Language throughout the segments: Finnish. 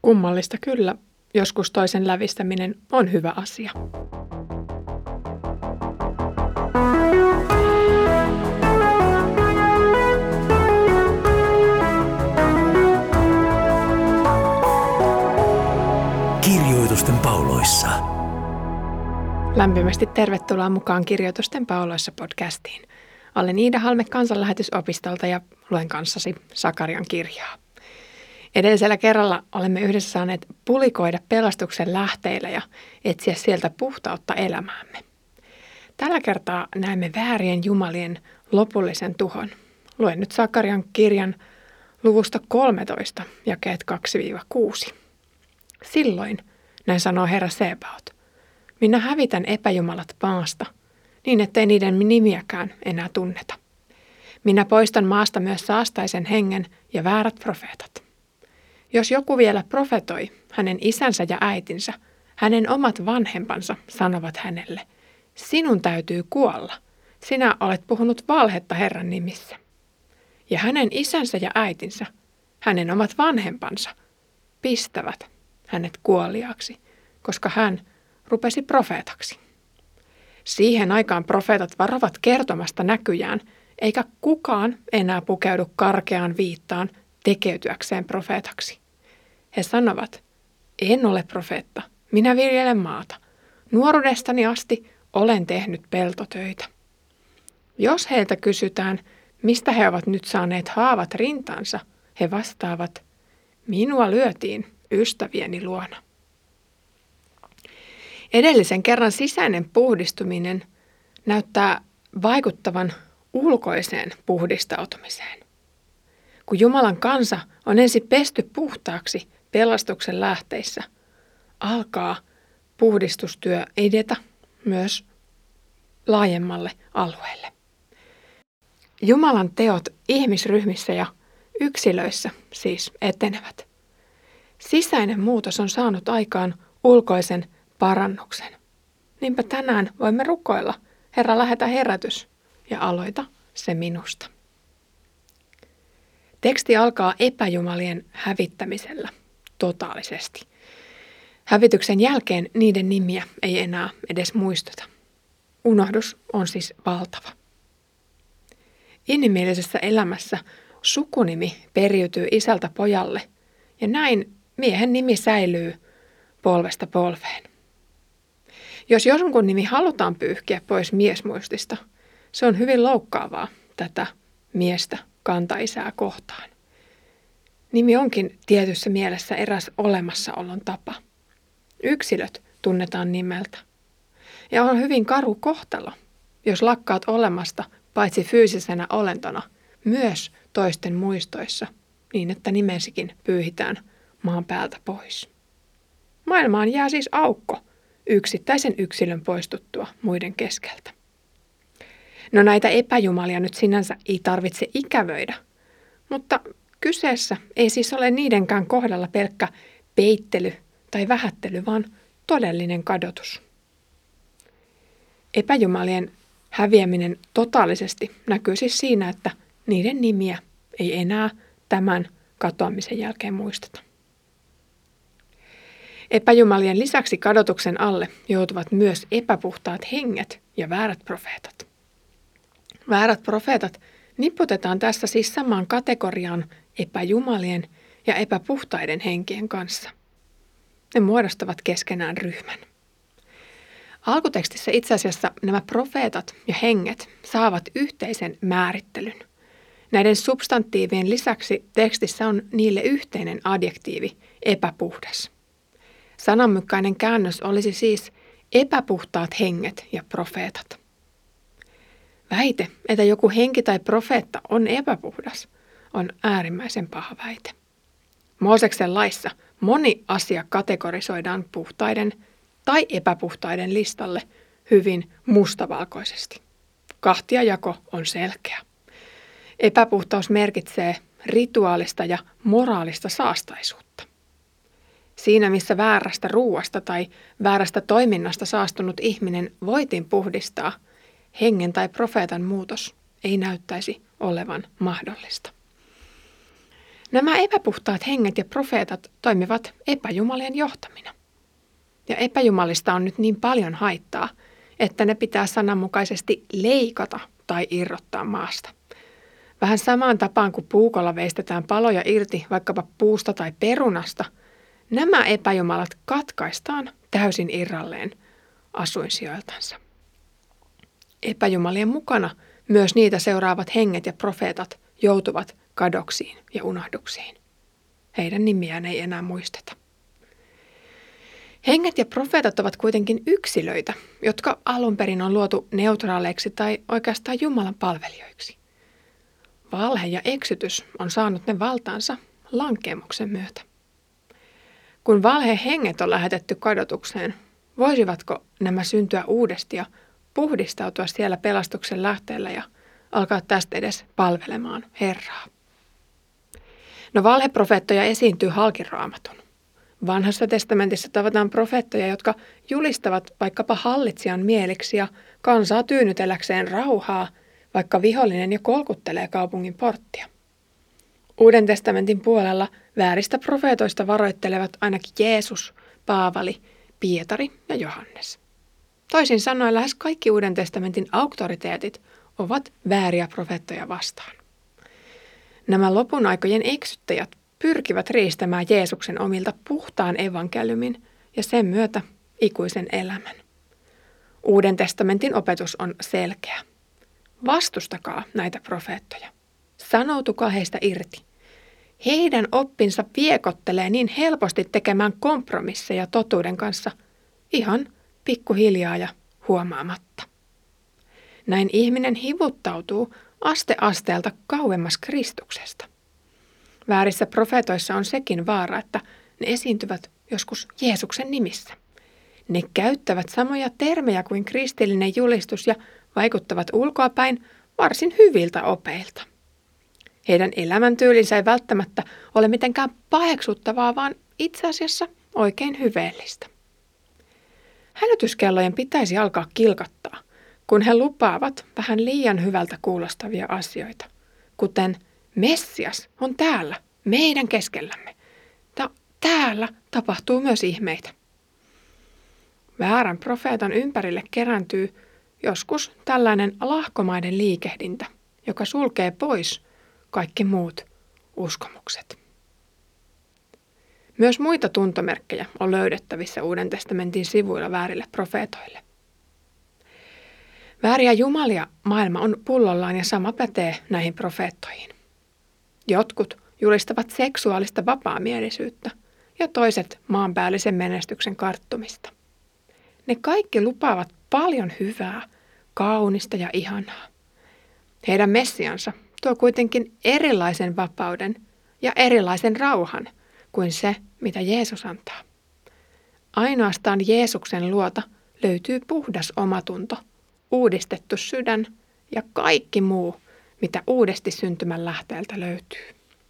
Kummallista kyllä, joskus toisen lävistäminen on hyvä asia. Kirjoitusten pauloissa. Lämpimästi tervetuloa mukaan Kirjoitusten pauloissa podcastiin. Olen Iida Halme Kansanlähetysopistolta ja luen kanssasi Sakarian kirjaa. Edellisellä kerralla olemme yhdessä saaneet pulikoida pelastuksen lähteillä ja etsiä sieltä puhtautta elämäämme. Tällä kertaa näemme väärien jumalien lopullisen tuhon. Luen nyt Sakarian kirjan luvusta 13, jakeet 2-6. Silloin, näin sanoo Herra Sebaot, minä hävitän epäjumalat maasta, niin ettei niiden nimiäkään enää tunneta. Minä poistan maasta myös saastaisen hengen ja väärät profeetat. Jos joku vielä profetoi, hänen isänsä ja äitinsä, hänen omat vanhempansa sanovat hänelle, sinun täytyy kuolla, sinä olet puhunut valhetta Herran nimissä. Ja hänen isänsä ja äitinsä, hänen omat vanhempansa, pistävät hänet kuoliaaksi, koska hän rupesi profeetaksi. Siihen aikaan profeetat varovat kertomasta näkyjään, eikä kukaan enää pukeudu karkeaan viittaan tekeytyäkseen profeetaksi. He sanovat, en ole profeetta, minä viljelen maata. Nuoruudestani asti olen tehnyt peltotöitä. Jos heiltä kysytään, mistä he ovat nyt saaneet haavat rintaansa, he vastaavat, minua lyötiin ystävieni luona. Edellisen kerran sisäinen puhdistuminen näyttää vaikuttavan ulkoiseen puhdistautumiseen. Kun Jumalan kansa on ensin pesty puhtaaksi pelastuksen lähteissä, alkaa puhdistustyö edetä myös laajemmalle alueelle. Jumalan teot ihmisryhmissä ja yksilöissä siis etenevät. Sisäinen muutos on saanut aikaan ulkoisen parannuksen. Niinpä tänään voimme rukoilla, Herra, lähetä herätys ja aloita se minusta. Teksti alkaa epäjumalien hävittämisellä totaalisesti. Hävityksen jälkeen niiden nimiä ei enää edes muisteta. Unohdus on siis valtava. Inhimillisessä elämässä sukunimi periytyy isältä pojalle ja näin miehen nimi säilyy polvesta polveen. Jos jonkun nimi halutaan pyyhkiä pois miesmuistista, se on hyvin loukkaavaa tätä miestä kantaisää kohtaan. Nimi onkin tietyssä mielessä eräs olemassaolon tapa. Yksilöt tunnetaan nimeltä. Ja on hyvin karu kohtalo, jos lakkaat olemasta paitsi fyysisenä olentona, myös toisten muistoissa, niin että nimesikin pyyhitään maan päältä pois. Maailmaan jää siis aukko yksittäisen yksilön poistuttua muiden keskeltä. No näitä epäjumalia nyt sinänsä ei tarvitse ikävöidä, mutta kyseessä ei siis ole niidenkään kohdalla pelkkä peittely tai vähättely, vaan todellinen kadotus. Epäjumalien häviäminen totaalisesti näkyy siis siinä, että niiden nimiä ei enää tämän katoamisen jälkeen muisteta. Epäjumalien lisäksi kadotuksen alle joutuvat myös epäpuhtaat henget ja väärät profeetat. Väärät profeetat niputetaan tässä siis samaan kategoriaan epäjumalien ja epäpuhtaiden henkien kanssa. Ne muodostavat keskenään ryhmän. Alkutekstissä itse asiassa nämä profeetat ja henget saavat yhteisen määrittelyn. Näiden substantiivien lisäksi tekstissä on niille yhteinen adjektiivi, epäpuhdas. Sananmukainen käännös olisi siis epäpuhtaat henget ja profeetat. Väite, että joku henki tai profeetta on epäpuhdas, on äärimmäisen paha väite. Mooseksen laissa moni asia kategorisoidaan puhtaiden tai epäpuhtaiden listalle hyvin mustavalkoisesti. Kahtiajako on selkeä. Epäpuhtaus merkitsee rituaalista ja moraalista saastaisuutta. Siinä, missä väärästä ruuasta tai väärästä toiminnasta saastunut ihminen voitiin puhdistaa, hengen tai profeetan muutos ei näyttäisi olevan mahdollista. Nämä epäpuhtaat henget ja profeetat toimivat epäjumalien johtamina. Ja epäjumalista on nyt niin paljon haittaa, että ne pitää sananmukaisesti leikata tai irrottaa maasta. Vähän samaan tapaan kuin puukolla veistetään paloja irti vaikkapa puusta tai perunasta, nämä epäjumalat katkaistaan täysin irralleen asuinsijoiltansa. Epäjumalien mukana myös niitä seuraavat henget ja profeetat joutuvat kadoksiin ja unohduksiin. Heidän nimiään ei enää muisteta. Henget ja profeetat ovat kuitenkin yksilöitä, jotka alun perin on luotu neutraaleiksi tai oikeastaan Jumalan palvelijoiksi. Valhe ja eksytys on saanut ne valtaansa lankeemuksen myötä. Kun valhehenget on lähetetty kadotukseen, voisivatko nämä syntyä uudesti ja puhdistautua siellä pelastuksen lähteellä ja alkaa tästä edes palvelemaan Herraa? No, valheprofeettoja esiintyy halki Raamatun. Vanhassa testamentissa tavataan profeettoja, jotka julistavat vaikkapa hallitsijan mieliksi ja kansaa tyynnytelläkseen rauhaa, vaikka vihollinen jo kolkuttelee kaupungin porttia. Uuden testamentin puolella vääristä profeetoista varoittelevat ainakin Jeesus, Paavali, Pietari ja Johannes. Toisin sanoen lähes kaikki Uuden testamentin auktoriteetit ovat vääriä profeettoja vastaan. Nämä lopun aikojen eksyttäjät pyrkivät riistämään Jeesuksen omilta puhtaan evankeliumin ja sen myötä ikuisen elämän. Uuden testamentin opetus on selkeä. Vastustakaa näitä profeettoja. Sanoutukaa heistä irti. Heidän oppinsa viekottelee niin helposti tekemään kompromisseja totuuden kanssa ihan pikkuhiljaa ja huomaamatta. Näin ihminen hivuttautuu aste asteelta kauemmas Kristuksesta. Väärissä profeetoissa on sekin vaara, että ne esiintyvät joskus Jeesuksen nimissä. Ne käyttävät samoja termejä kuin kristillinen julistus ja vaikuttavat ulkoapäin varsin hyviltä opeilta. Heidän elämäntyylinsä ei välttämättä ole mitenkään paheksuttavaa, vaan itse asiassa oikein hyveellistä. Hälytyskellojen pitäisi alkaa kilkattaa, kun he lupaavat vähän liian hyvältä kuulostavia asioita, kuten Messias on täällä, meidän keskellämme. Täällä tapahtuu myös ihmeitä. Väärän profeetan ympärille kerääntyy joskus tällainen lahkomainen liikehdintä, joka sulkee pois kaikki muut uskomukset. Myös muita tuntomerkkejä on löydettävissä Uuden testamentin sivuilla väärille profeetoille. Vääriä jumalia maailma on pullollaan ja sama pätee näihin profeettoihin. Jotkut julistavat seksuaalista vapaamielisyyttä ja toiset maanpäällisen menestyksen karttumista. Ne kaikki lupaavat paljon hyvää, kaunista ja ihanaa. Heidän messiansa tuo kuitenkin erilaisen vapauden ja erilaisen rauhan kuin se, mitä Jeesus antaa. Ainoastaan Jeesuksen luota löytyy puhdas omatunto, uudistettu sydän ja kaikki muu, mitä uudesti syntymän lähteeltä löytyy.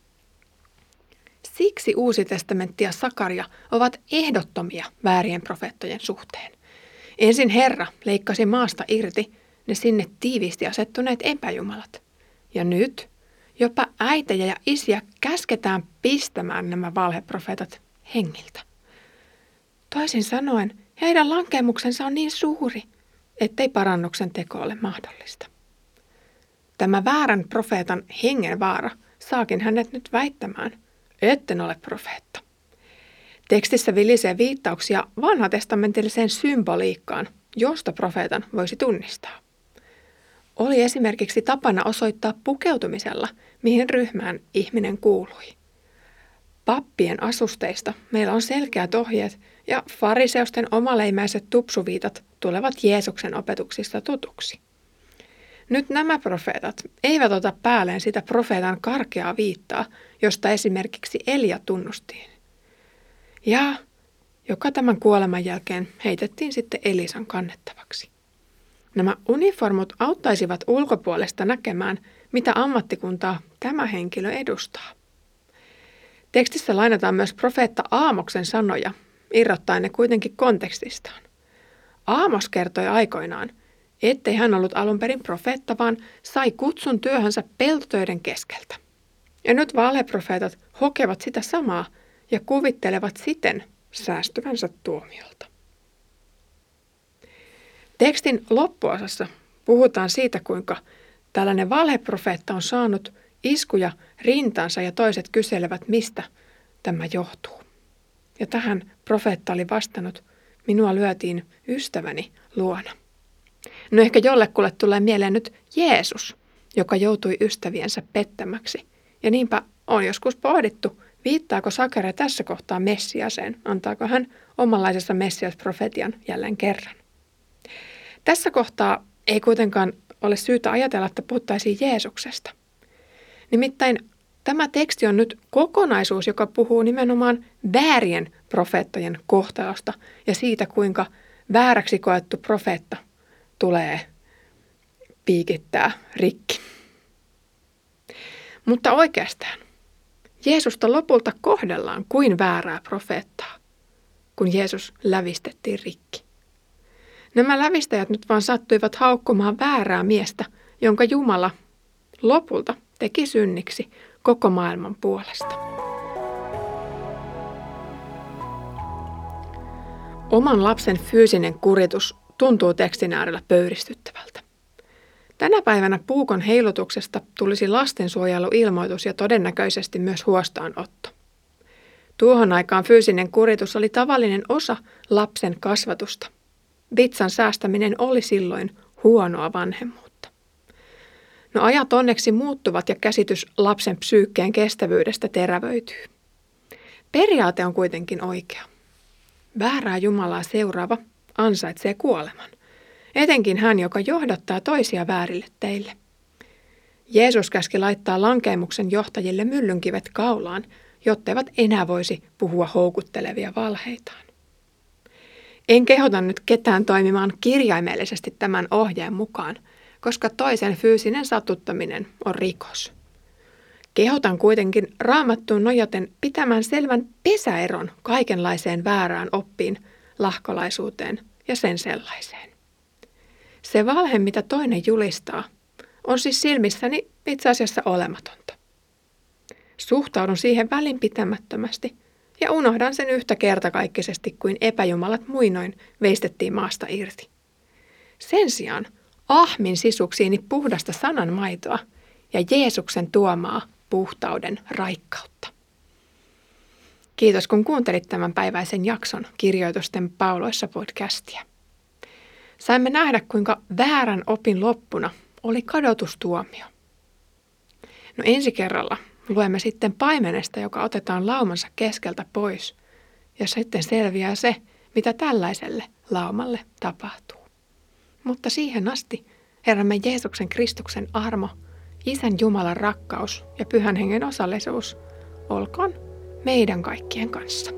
Siksi Uusi testamentti ja Sakaria ovat ehdottomia väärien profeettojen suhteen. Ensin Herra leikkasi maasta irti ne sinne tiiviisti asettuneet epäjumalat. Ja nyt jopa äitejä ja isiä käsketään pistämään nämä valheprofeetat hengiltä. Toisin sanoen, heidän lankeemuksensa on niin suuri, ettei parannuksen teko ole mahdollista. Tämä väärän profeetan hengenvaara saakin hänet nyt väittämään, etten ole profeetta. Tekstissä vilisee viittauksia vanhatestamentilliseen symboliikkaan, josta profeetan voisi tunnistaa. Oli esimerkiksi tapana osoittaa pukeutumisella, mihin ryhmään ihminen kuului. Pappien asusteista meillä on selkeät ohjeet ja fariseusten omaleimäiset tupsuviitat tulevat Jeesuksen opetuksista tutuksi. Nyt nämä profeetat eivät ota päälleen sitä profeetan karkeaa viittaa, josta esimerkiksi Elia tunnustiin. Ja joka tämän kuoleman jälkeen heitettiin sitten Elisan kannettavaksi. Nämä uniformut auttaisivat ulkopuolesta näkemään, mitä ammattikuntaa tämä henkilö edustaa. Tekstissä lainataan myös profeetta Aamoksen sanoja, irrottaen ne kuitenkin kontekstistaan. Aamos kertoi aikoinaan, ettei hän ollut alun perin profeetta, vaan sai kutsun työhönsä peltotöiden keskeltä. Ja nyt valeprofeetat hokevat sitä samaa ja kuvittelevat siten säästyvänsä tuomiolta. Tekstin loppuosassa puhutaan siitä, kuinka tällainen valheprofeetta on saanut iskuja rintaansa ja toiset kyselevät, mistä tämä johtuu. Ja tähän profeetta oli vastannut, minua lyötiin ystäväni luona. No ehkä jollekulle tulee mieleen nyt Jeesus, joka joutui ystäviensä pettämäksi. Ja niinpä on joskus pohdittu, viittaako Sakaria tässä kohtaa Messiaseen, antaako hän omanlaisessa Messias-profetian jälleen kerran. Tässä kohtaa ei kuitenkaan ole syytä ajatella, että puhuttaisiin Jeesuksesta. Nimittäin tämä teksti on nyt kokonaisuus, joka puhuu nimenomaan väärien profeettojen kohtalosta ja siitä, kuinka vääräksi koettu profeetta tulee piikittää rikki. Mutta oikeastaan Jeesusta lopulta kohdellaan kuin väärää profeettaa, kun Jeesus lävistettiin rikki. Nämä lävistäjät nyt vaan sattuivat haukkumaan väärää miestä, jonka Jumala lopulta teki synniksi koko maailman puolesta. Oman lapsen fyysinen kuritus tuntuu tekstin äärellä pöyristyttävältä. Tänä päivänä puukon heilutuksesta tulisi lastensuojeluilmoitus ja todennäköisesti myös huostaanotto. Tuohon aikaan fyysinen kuritus oli tavallinen osa lapsen kasvatusta. Vitsan säästäminen oli silloin huonoa vanhemmuutta. No ajat onneksi muuttuvat ja käsitys lapsen psyykkeen kestävyydestä terävöityy. Periaate on kuitenkin oikea. Väärää Jumalaa seuraava ansaitsee kuoleman. Etenkin hän, joka johdattaa toisia väärille teille. Jeesus käski laittaa lankeemuksen johtajille myllynkivet kaulaan, jotteivät enää voisi puhua houkuttelevia valheitaan. En kehota nyt ketään toimimaan kirjaimellisesti tämän ohjeen mukaan, koska toisen fyysinen satuttaminen on rikos. Kehotan kuitenkin Raamattuun nojaten pitämään selvän pesäeron kaikenlaiseen väärään oppiin, lahkolaisuuteen ja sen sellaiseen. Se valhe, mitä toinen julistaa, on siis silmissäni itse asiassa olematonta. Suhtaudun siihen välinpitämättömästi ja unohdan sen yhtä kertakaikkisesti kuin epäjumalat muinoin veistettiin maasta irti. Sen sijaan ahmin sisuksiini puhdasta sananmaitoa ja Jeesuksen tuomaa puhtauden raikkautta. Kiitos kun kuuntelit tämän päiväisen jakson Kirjoitusten pauloissa podcastia. Saimme nähdä, kuinka väärän opin loppuna oli kadotustuomio. No ensi kerralla luemme sitten paimenesta, joka otetaan laumansa keskeltä pois, ja sitten selviää se, mitä tällaiselle laumalle tapahtuu. Mutta siihen asti Herramme Jeesuksen Kristuksen armo, Isän Jumalan rakkaus ja Pyhän Hengen osallisuus olkoon meidän kaikkien kanssa.